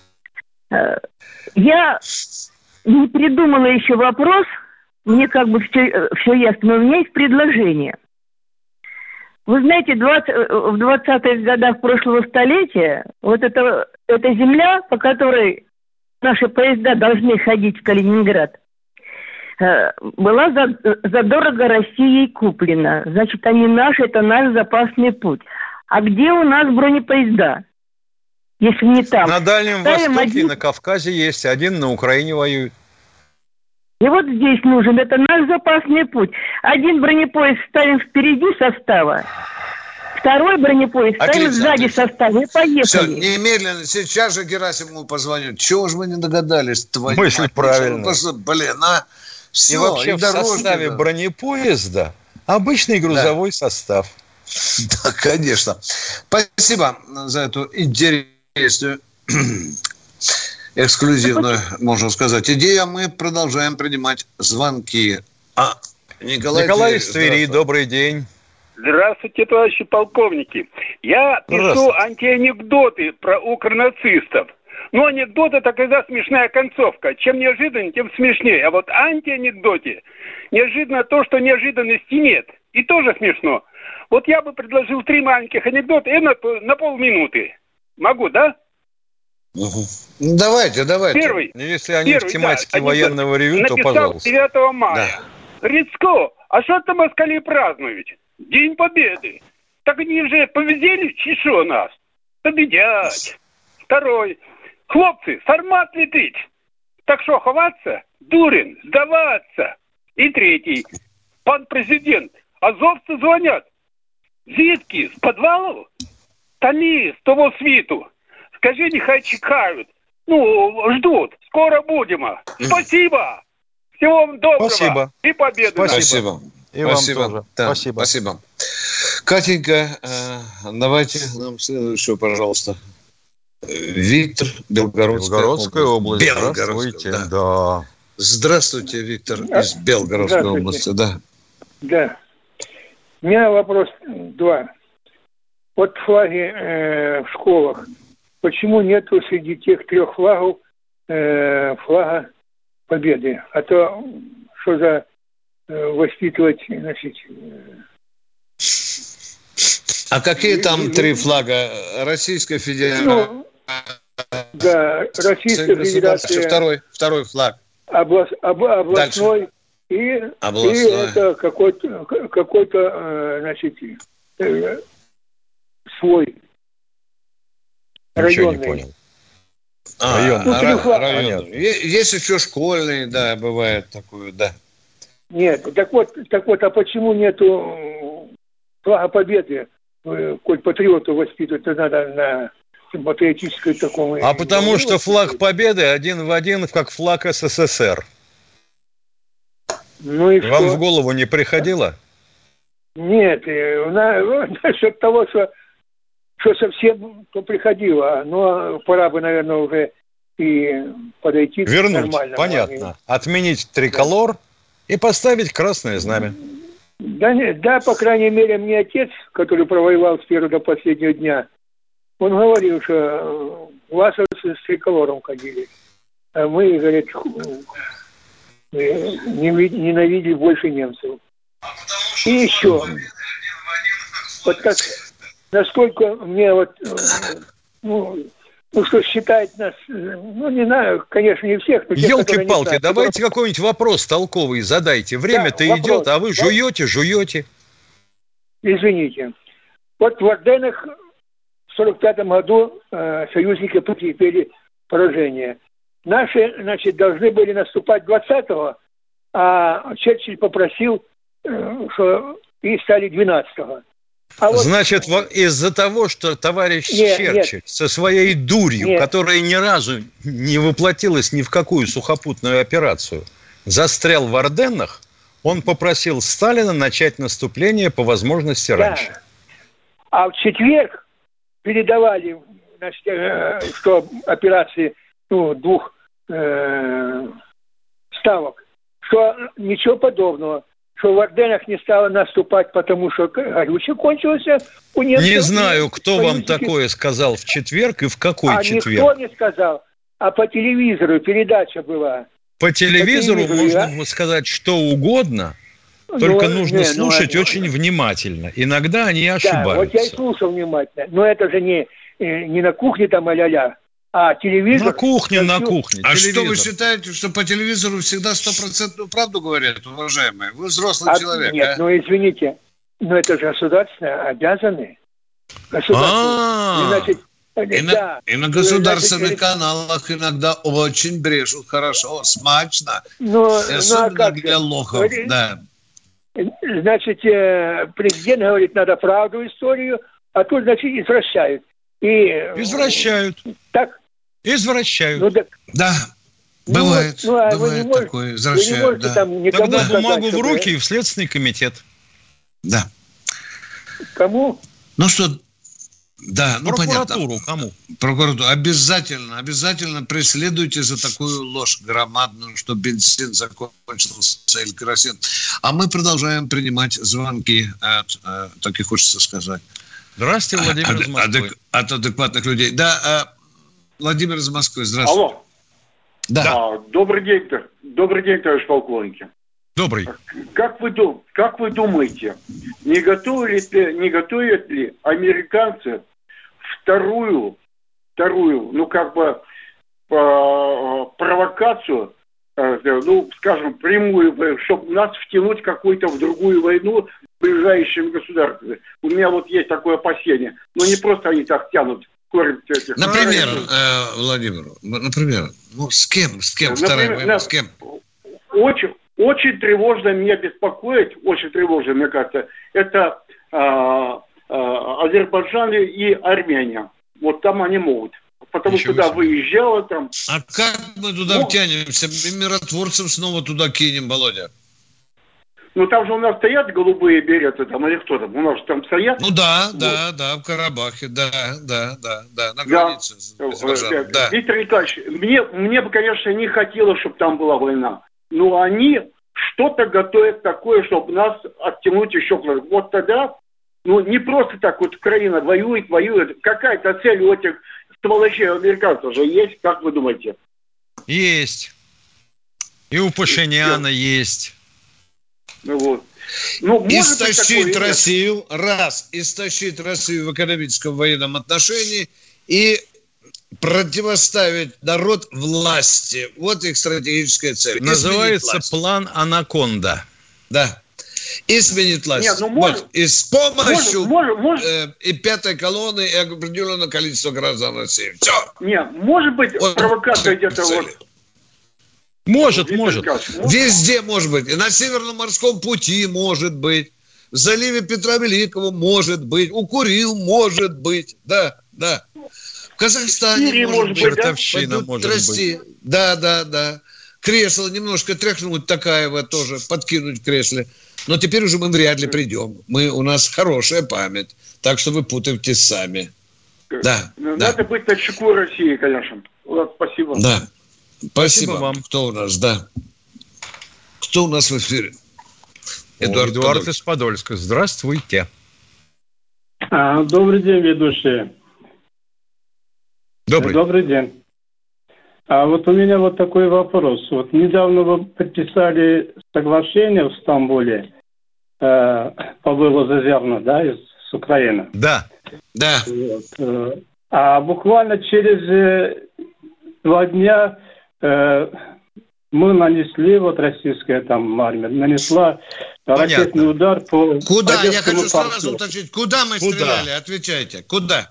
Я не придумала еще вопрос. Мне как бы все, все ясно. Но у меня есть предложение. Вы знаете, в двадцатых годах прошлого столетия вот это, эта земля, по которой наши поезда должны ходить в Калининград, была задорого Россией куплена. Значит, они наши, это наш запасный путь. А где у нас бронепоезда? если не там. На Дальнем Ставим Востоке один... и на Кавказе есть. Один на Украине воюет. И вот здесь нужен, это наш запасный путь. Один бронепоезд ставим впереди состава, второй бронепоезд ставим Отлично, сзади отлично. состава и поехали. Все, немедленно, сейчас же Герасимову позвоню. Чего же мы не догадались? Мысль правильная. Просто, блин, а... Все, и вообще и в дорожки, составе да. бронепоезда обычный грузовой да. состав. Да, конечно. Спасибо за эту интересную, эксклюзивную, можно сказать, идею. Мы продолжаем принимать звонки. А, Николай, Николай из Твери, добрый день. Здравствуйте, товарищи полковники. Я пишу антианекдоты про укрнацистов. Ну, анекдот — это когда смешная концовка. Чем неожиданнее, тем смешнее. А вот антианекдоте неожиданно то, что неожиданности нет. И тоже смешно. Вот я бы предложил три маленьких анекдота и на, на полминуты. Могу, да? Угу. Давайте, давайте. Первый. Если они первый, в тематике да, военного ревю, то пожалуйста. девятого мая. Да. Рицко, а что там москали празднуют? День Победы. Так они же повезели чешу нас. Победять. Второй. Хлопцы, сармат летить. Так что, ховаться? Дурин, сдаваться. И третий. Пан президент, азовцы звонят. Звідки? З подвалу? Та ні, з того світу. Скажи, нехай чекают. Ну, ждут. Скоро будем. Спасибо. Всего вам доброго. Спасибо. И победы. Спасибо. И спасибо. вам тоже. Да, спасибо. Спасибо. Катенька, давайте нам следующего, пожалуйста. Виктор, Белгородская, Белгородская область. Белгородская, Здравствуйте. да. Да. Здравствуйте, Виктор, из Белгородской области. Да. Да. У меня вопрос два. Вот флаги э, в школах. Почему нету среди тех трех флагов э, флага Победы? А то что за э, воспитывать, значит... Э... А какие там три флага? Российская Федерация? Ну, да, Российская Федерация. Второй, второй флаг. Облас, об, областной. И, областной. И это какой-то, какой-то значит, свой. Ничего районный. Не понял. А, район. Ну, ра- район. Есть еще школьный, да, бывает такое, да. Нет, так вот, так вот, а почему нету флага Победы? Коль патриотов воспитывать, то надо на патриотической таком... А потому что флаг Победы один в один, как флаг СССР. Ну и Вам что? в голову не приходило? Нет, насчет того, что, что совсем то приходило, но пора бы, наверное, уже и подойти Вернуть, к нормальному. понятно. Отменить триколор и поставить красное знамя. Да, нет, да, по крайней мере, мне отец, который провоевал с первого до последнего дня, он говорил, что власовцы с триколором ходили. А мы, говорит, ненавидели больше немцев. И еще. Вот как, насколько мне вот, ну, ну что считает нас, ну не знаю, конечно, не всех. Елки-палки, давайте которые... какой-нибудь вопрос толковый задайте. Время-то да, идет, а вы жуете, жуете. Извините. Вот в Орденах в сорок пятом году э, союзники потерпели поражение. Наши, значит, должны были наступать двадцатого, а Черчилль попросил, э, что и стали двенадцатого. А вот... Значит, из-за того, что товарищ нет, Черчилль нет. со своей дурью, нет. которая ни разу не воплотилась ни в какую сухопутную операцию, застрял в Орденнах, он попросил Сталина начать наступление по возможности да. раньше. А в четверг передавали, значит, э, что операции ну, двух э, ставок, что ничего подобного. Что в Орденах не стало наступать, потому что горючее кончилось у немцев. Не знаю, кто вам такое сказал в четверг и в какой а четверг. А никто не сказал, а по телевизору передача была. По телевизору, по телевизору можно я... сказать что угодно, только ну, нужно не, слушать ну, очень ну, внимательно. Иногда они ошибаются. Да, вот я и слушал внимательно. Но это же не, не на кухне там а-ля-ля. А телевизор... На кухне, на кухне. А телевизор. что вы считаете, что по телевизору всегда стопроцентную правду говорят, уважаемые? Вы взрослый а, человек, Нет, а? ну извините, но это же государственные обязаны. Государственные. Значит, И, да. на, и на государственных Значит, каналах иногда очень брежут хорошо, смачно. Но, особенно ну, а для лохов. Говорит, да. Значит, президент говорит, надо правду, историю, а тут, значит, извращают. И, извращают. Так? Извращают. Ну, так, да. Бывает, ну, ну, а бывает можете, такое, извращают. Да. Тогда бумагу сказать, в руки чтобы... и в Следственный комитет. Да. Кому? Ну что, да, ну прокуратуру, понятно. Кому? Прокуратуру. Обязательно, обязательно преследуйте за такую ложь громадную, что бензин закончился или керосин. А мы продолжаем принимать звонки от, э, так и хочется сказать. Здравствуйте, Владимир от, из Москвы. От, от адекватных людей. Да, э, Владимир из Москвы, здравствуйте. Алло. Да. А, добрый день, добрый день, товарищ полковники. Добрый. Как вы, как вы думаете, не готовят ли, не готовят ли американцы вторую, вторую, ну как бы провокацию, ну скажем прямую, чтобы нас втянуть какую-то в другую войну с ближайшими государствами? У меня вот есть такое опасение, но не просто они так тянут. Например, э, Владимир, например, ну с кем, с кем вторая война, с кем? Очень, очень тревожно меня беспокоит, очень тревожно, мне кажется, это э, э, Азербайджан и Армения. Вот там они могут. Потому что туда выезжало там. А как мы туда ну, втянемся? Миротворцев снова туда кинем, Володя. Ну, там же у нас стоят голубые береты, там, или кто там? У нас же там стоят. Ну, да, вот. да, да, в Карабахе, да, да, да, да, на границе да. с Азербайджаном, да. Виктор Николаевич, мне, мне бы, конечно, не хотелось, чтобы там была война, но они что-то готовят такое, чтобы нас оттянуть еще. Вот тогда, ну, не просто так вот Украина воюет, воюет. Какая-то цель у этих сволочей американцев же есть, как вы думаете? Есть. И у Пашиняна есть. Ну вот. Ну, истощить Россию, раз, истощить Россию в экономическом военном отношении и противоставить народ власти. Вот их стратегическая цель. Называется план «Анаконда». Да. И сменить власть. Нет, ну, может, и с помощью может, может, э, и пятой колонны, и определенного количества граждан России. Все. Нет, может быть, вот провокация где-то вот... Может, может. Везде может быть. И на Северном морском пути может быть. В заливе Петра Великого может быть. У Курил может быть. Да, да. В Казахстане Сирии может быть. Чертовщина может трясти. быть. Да, да, да. Кресло немножко тряхнуть Такаева тоже, подкинуть в кресле. Но теперь уже мы вряд ли придем. Мы, у нас хорошая память. Так что вы путаетесь сами. Да. Надо да. быть на чеку России, конечно. Вот, спасибо. Да. Спасибо. Спасибо вам. Кто у нас, да? Кто у нас в эфире? Эдуард, Эдуард Подольск. из Подольска. Здравствуйте. А, добрый день, ведущие. Добрый. Добрый день. А вот у меня вот такой вопрос. Вот недавно вы подписали соглашение в Стамбуле э, по вывозу зерна, да, из с Украины. Да, да. Вот, э, а буквально через э, два дня э, мы нанесли, вот российская там армия, нанесла Понятно. ракетный удар по Куда? Я хочу порту. сразу уточнить. Куда мы Куда? стреляли? Отвечайте. Куда?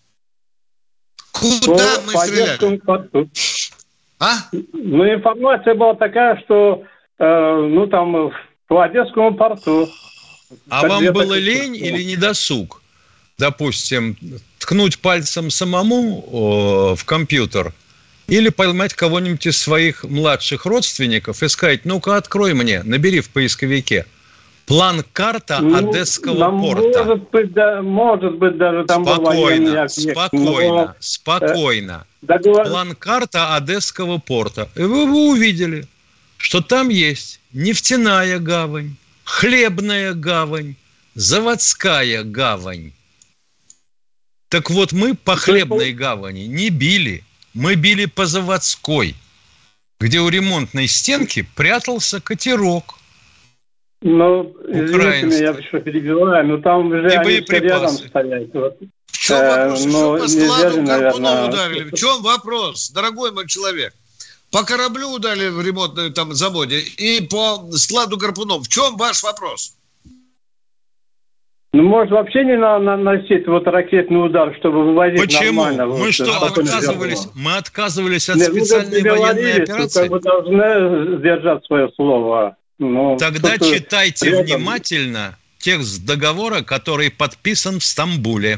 Куда по, мы по стреляли? Порту. А? Ну, информация была такая, что э, ну там по Одесскому порту. А вам было лень или недосуг? Допустим, ткнуть пальцем самому о, в компьютер или поймать кого-нибудь из своих младших родственников и сказать: ну-ка, открой мне, набери в поисковике план-карта ну, Одесского порта. Может быть, да, может быть, даже там спокойно, был спокойно, но... спокойно. Договор... План-карта Одесского порта. И вы, вы увидели, что там есть нефтяная гавань, хлебная гавань, заводская гавань. Так вот, мы по хлебной гавани не били, мы били по заводской, где у ремонтной стенки прятался катерок. Ну, извините меня, я еще перебиваю, но там уже и они все рядом стоят. Вот. В чем вопрос? Э, что по складу Карпунов ударили? В чем вопрос, дорогой мой человек? По кораблю ударили в ремонтном там заводе и по складу Гарпунов. В чем ваш вопрос? Ну, может, вообще не надо наносить вот ракетный удар, чтобы вывозить Почему? нормально? Мы вот, что, отказывались? Мы отказывались от Нет, специальной военной операции? Вы должны сдержать свое слово. Но Тогда что-то читайте этом... внимательно текст договора, который подписан в Стамбуле.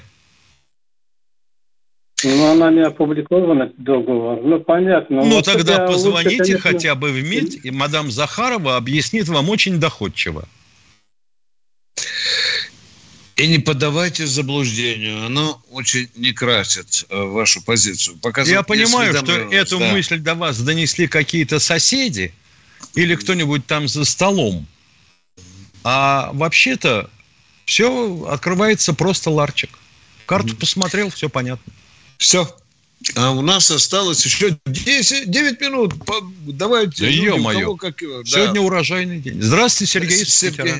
Ну, она не опубликована, договор. Ну, понятно. Ну, вот тогда позвоните лучше, конечно... хотя бы в МИД, и мадам Захарова объяснит вам очень доходчиво. И не поддавайтесь заблуждению. Оно очень не красит э, вашу позицию. Показывает, Я понимаю, что домой, эту да. мысль до вас донесли какие-то соседи или кто-нибудь там за столом. А вообще-то все открывается просто ларчик. Карту посмотрел, все понятно. Все. А у нас осталось еще десять, девять минут. Давайте. Да ё-моё. Как... Сегодня да. урожайный день. Здравствуйте, Сергей из Питера.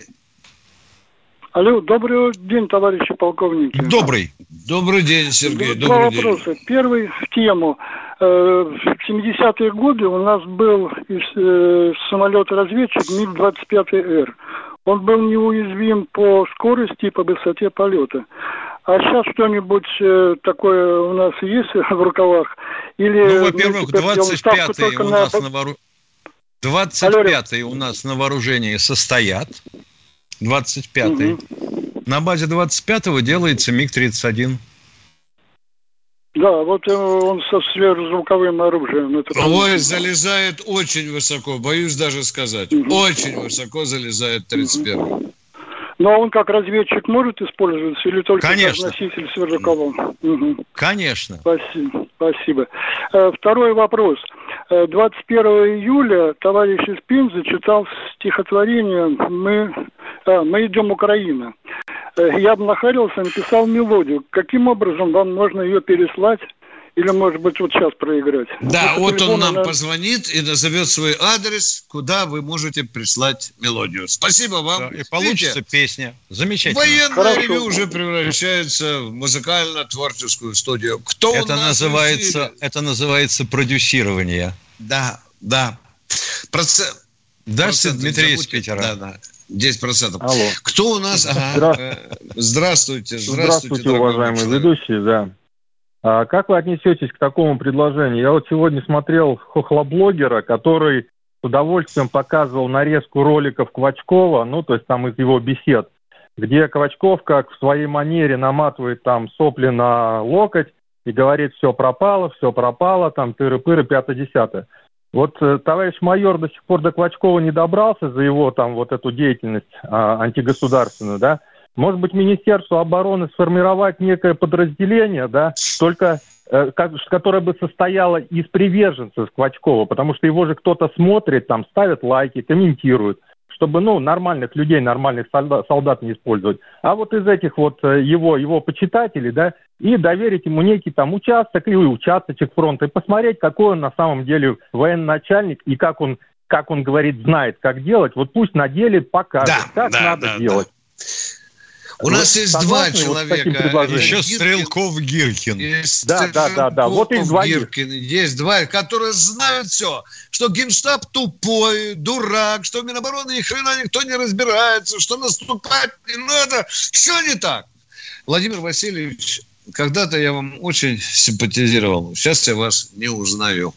Алло, добрый день, товарищи полковники. Добрый. Добрый день, Сергей. Два Добрый вопроса. день. Первый в тему. В семидесятые годы у нас был самолет-разведчик МиГ двадцать пять Р. Он был неуязвим по скорости и по высоте полета. А сейчас что-нибудь такое у нас есть в рукавах? Или ну, во-первых, двадцать пятые у нас на вооружении. двадцать пятые у нас на вооружении состоят. двадцать пятый. Угу. На базе двадцать пятого делается МиГ тридцать один. Да, вот он со сверхзвуковым оружием. Это Ой, залезает очень высоко, боюсь даже сказать. Угу. Очень высоко залезает тридцать первый. Угу. Но он как разведчик может использоваться или только Конечно. как носитель сверхзвукового? Угу. Конечно. Спасибо. Спасибо. Второй вопрос. двадцать первого июля товарищ из Пензы читал стихотворение «Мы, а, мы идем Украина». Я обнахарился, написал мелодию. Каким образом вам можно ее переслать? Или, может быть, вот сейчас проиграть? Да, вот, вот он нам на... позвонит и назовет свой адрес, куда вы можете прислать мелодию. Спасибо вам. Да, и получится Видите, песня. Замечательно. Военное Хорошо. Ревью уже превращается в музыкально-творческую студию. Кто это у нас называется, это называется продюсирование. Да, да. Процент... Здравствуйте, Дмитрий из Питера. Да, да. десять процентов. Алло. Кто у нас? Ага. Здравствуйте. Здравствуйте. Здравствуйте, уважаемые ведущие, да. А как вы отнесетесь к такому предложению? Я вот сегодня смотрел хохлоблогера, который с удовольствием показывал нарезку роликов Квачкова, ну, то есть там из его бесед, где Квачков как в своей манере наматывает там сопли на локоть и говорит, все пропало, все пропало, там тыры-пыры, пятое-десятое. Вот э, товарищ майор до сих пор до Квачкова не добрался за его там вот эту деятельность а, антигосударственную, да? Может быть, Министерству обороны сформировать некое подразделение, да, только э, как, которое бы состояло из приверженцев Квачкова, потому что его же кто-то смотрит, там, ставит лайки, комментирует, чтобы, ну, нормальных людей, нормальных солдат, солдат не использовать. А вот из этих вот его, его почитателей, да, и доверить ему некий там участок или участочек фронта, и посмотреть, какой он на самом деле военачальник, и как он, как он говорит, знает, как делать, вот пусть на деле покажет, да, как да, надо да, делать. Да. У вот нас есть два человека. Еще Стрелков, Гиркин. Есть да, да, да, да. Вот их двоих. Гиркин. Есть два, которые знают все. Что Генштаб тупой, дурак, что в Минобороны ни хрена никто не разбирается, что наступать не надо. Все не так. Владимир Васильевич, когда-то я вам очень симпатизировал. Сейчас я вас не узнаю.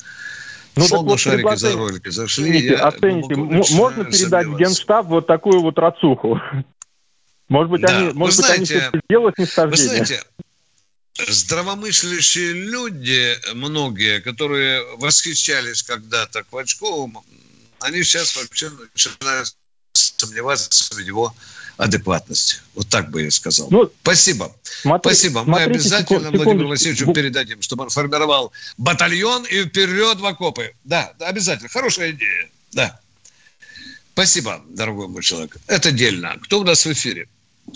Ну, Словно вот шарики за ролики зашли. Оцените, оцените. Можно передать в Генштаб вот такую вот рацуху? Может быть, да. они, может быть, знаете, они сделают снисхождение. Вы знаете, здравомыслящие люди, многие, которые восхищались когда-то Квачковым, они сейчас вообще начинают сомневаться в его адекватности. Вот так бы я сказал. Ну, Спасибо. Смотри, Спасибо. Мы обязательно секунд, Владимиру Васильевичу передадим, чтобы он формировал батальон и вперед в окопы. Да, да, обязательно. Хорошая идея. Да. Спасибо, дорогой мой человек. Это дельно. Кто у нас в эфире?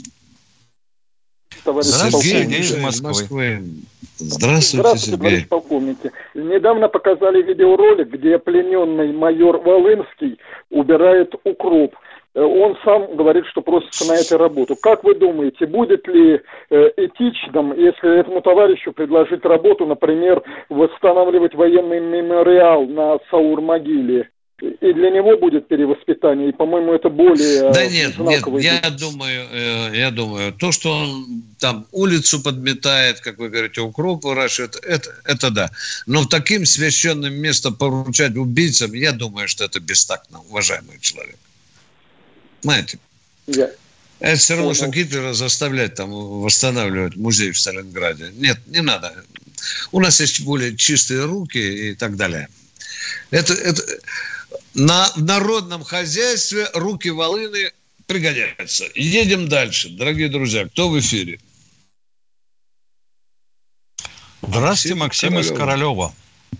Товарищ Сергей из Москвы. Москвы. Здравствуйте, Здравствуйте, Сергей. товарищ полковники. Недавно показали видеоролик, где плененный майор Волынский убирает укроп. Он сам говорит, что просится на эту работу. Как вы думаете, будет ли этичным, если этому товарищу предложить работу, например, восстанавливать военный мемориал на Саур-могиле? и для него будет перевоспитание, и, по-моему, это более... Да нет, нет, я думаю, я думаю, то, что он там улицу подметает, как вы говорите, укроп выращивает, это, это да. Но таким священным местом поручать убийцам, я думаю, что это бестактно, уважаемый человек. Знаете? Я... Это все равно, что Гитлера заставлять там восстанавливать музей в Сталинграде. Нет, не надо. У нас есть более чистые руки и так далее. Это... это... На народном хозяйстве руки волыны пригодятся. Едем дальше, дорогие друзья. Кто в эфире? Здравствуйте, Максим, Максим из Королева.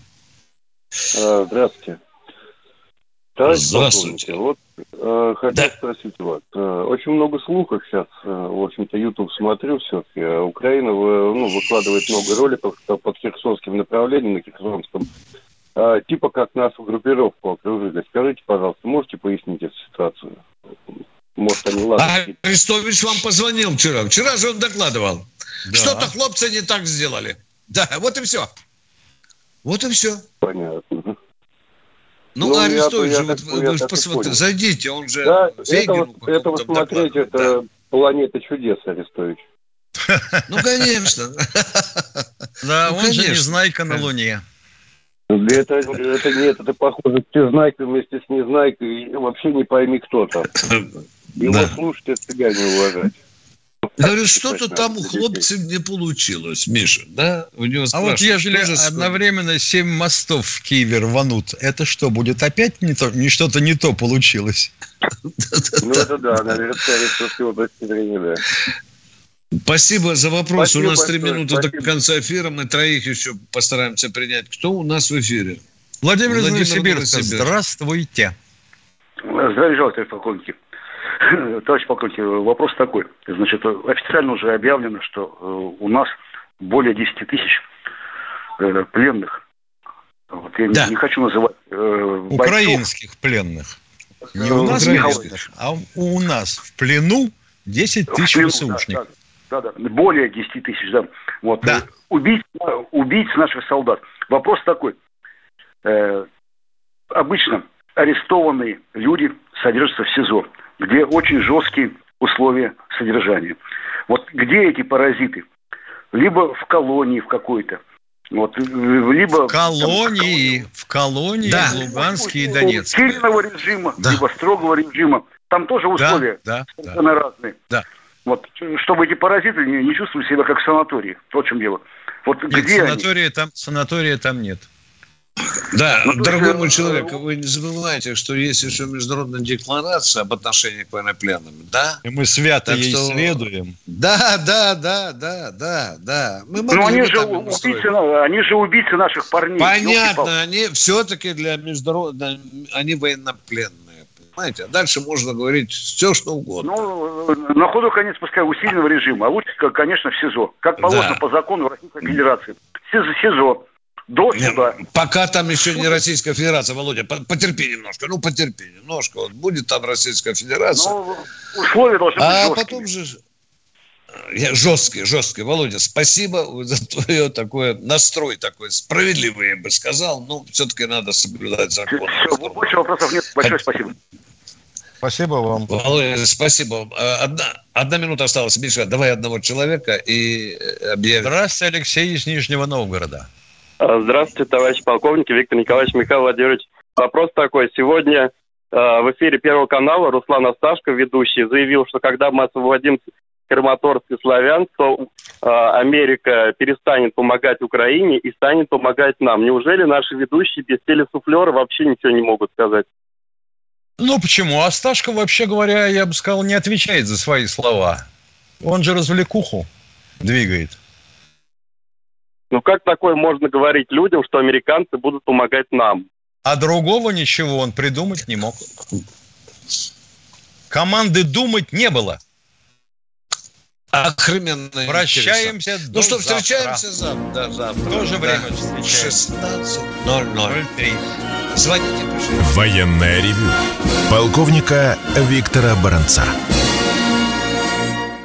Здравствуйте. Товарищ Здравствуйте. Вот э, хотел да. спросить вас. Э, очень много слухов сейчас. Э, в общем-то, YouTube смотрю все-таки. Украина вы, ну, выкладывает много роликов под Херсонским направлением, на Херсонском. А, типа как нашу группировку окружили. Скажите, пожалуйста, можете пояснить эту ситуацию? Может, они ладно. А Арестович вам позвонил вчера. Вчера же он докладывал. Да. Что-то хлопцы не так сделали. Да, вот и все. Вот и все. Понятно. Ну, ну Арестович, я, вот, я, вы, я вы посмотрите, зайдите, он же... Да, этого, этого смотреть, это да. Планета чудес, Арестович. Ну, конечно. Да, он же Незнайка на Луне. Это, это нет, это похоже, Всезнайка вместе с Незнайкой, и вообще не пойми кто там. Его да. слушать, это себя не уважать. Говорю, что-то там у хлопцев не получилось, Миша, да? У него а вот ежели одновременно семь мостов в Киеве рванут, это что, будет опять не то, не что-то не то получилось? Ну это да, наверное, Ростовской области времени, да. Спасибо за вопрос. Спасибо у нас три большое. минуты Спасибо. До конца эфира. Мы троих еще постараемся принять. Кто у нас в эфире? Владимир из Новосибирска. Здравствуйте. Здравия желаю, товарищ полковник. Товарищ полковник, вопрос такой. Значит, официально уже объявлено, что у нас более десять тысяч пленных. Вот я да. не, не хочу называть э, украинских пленных. Не у нас, а у нас в плену десять тысяч ВСУшников. Да, да. Да, да, более десять тысяч, да. Вот. Да. Убийц, убийц наших солдат. Вопрос такой. Э, обычно арестованные люди содержатся в СИЗО, где очень жесткие условия содержания. Вот где эти паразиты? Либо в колонии в какой-то. Вот, либо в колонии, там, в колонии да. в Луганске и Донецке. Сильного режима, да. либо строгого режима. Там тоже условия да, да, совершенно да. разные. Да. Вот, чтобы эти паразиты не, не чувствовали себя как в санатории. Вот в чем дело. Вот нет, где санатория, они? Там, санатория там нет. Да, ну, дорогой мой человек, вы не забывайте, что есть еще международная декларация об отношении к военнопленным, да? И мы свято так ей что... следуем. Да, да, да, да, да, да. Мы ну, они же, убийцы, они же убийцы наших парней. Понятно, они все-таки для международного, они военнопленные. Понимаете? А дальше можно говорить все, что угодно. Ну, на ходу конец, пускай усиленного режима, а лучше, конечно, в СИЗО. Как положено да. по закону Российской Федерации. СИЗО, СИЗО. До суда. Пока там еще не Российская Федерация, Володя, потерпи немножко. Ну, потерпи немножко. Вот будет там Российская Федерация. Ну, условия должны быть а жесткие. А потом же... Я жесткий, жесткий. Володя, спасибо за твое такое настрой такой справедливый, я бы сказал. Но все-таки надо соблюдать закон. Все, больше вопросов нет. Большое спасибо. Спасибо вам. Володя, спасибо. Одна, одна минута осталась. Миша, давай одного человека и объявим. Здравствуйте, Алексей из Нижнего Новгорода. Здравствуйте, товарищ полковник, Виктор Николаевич, Михаил Владимирович. Вопрос такой. Сегодня э, в эфире Первого канала Руслан Асташко, ведущий, заявил, что когда мы освободим Краматорск и Славянск, то э, Америка перестанет помогать Украине и станет помогать нам. Неужели наши ведущие без телесуфлера вообще ничего не могут сказать? Ну почему? Асташко, вообще говоря, я бы сказал, не отвечает за свои слова. Он же развлекуху двигает. Ну как такое можно говорить людям, что американцы будут помогать нам? А другого ничего он придумать не мог. Команды думать не было. Охрененно. Прощаемся интересно. до Ну что, завтра. встречаемся завтра. Да, завтра. В то же да. время встречаемся. шестнадцать ноль ноль три. Звоните, пишите. Военное ревю полковника Виктора Баранца.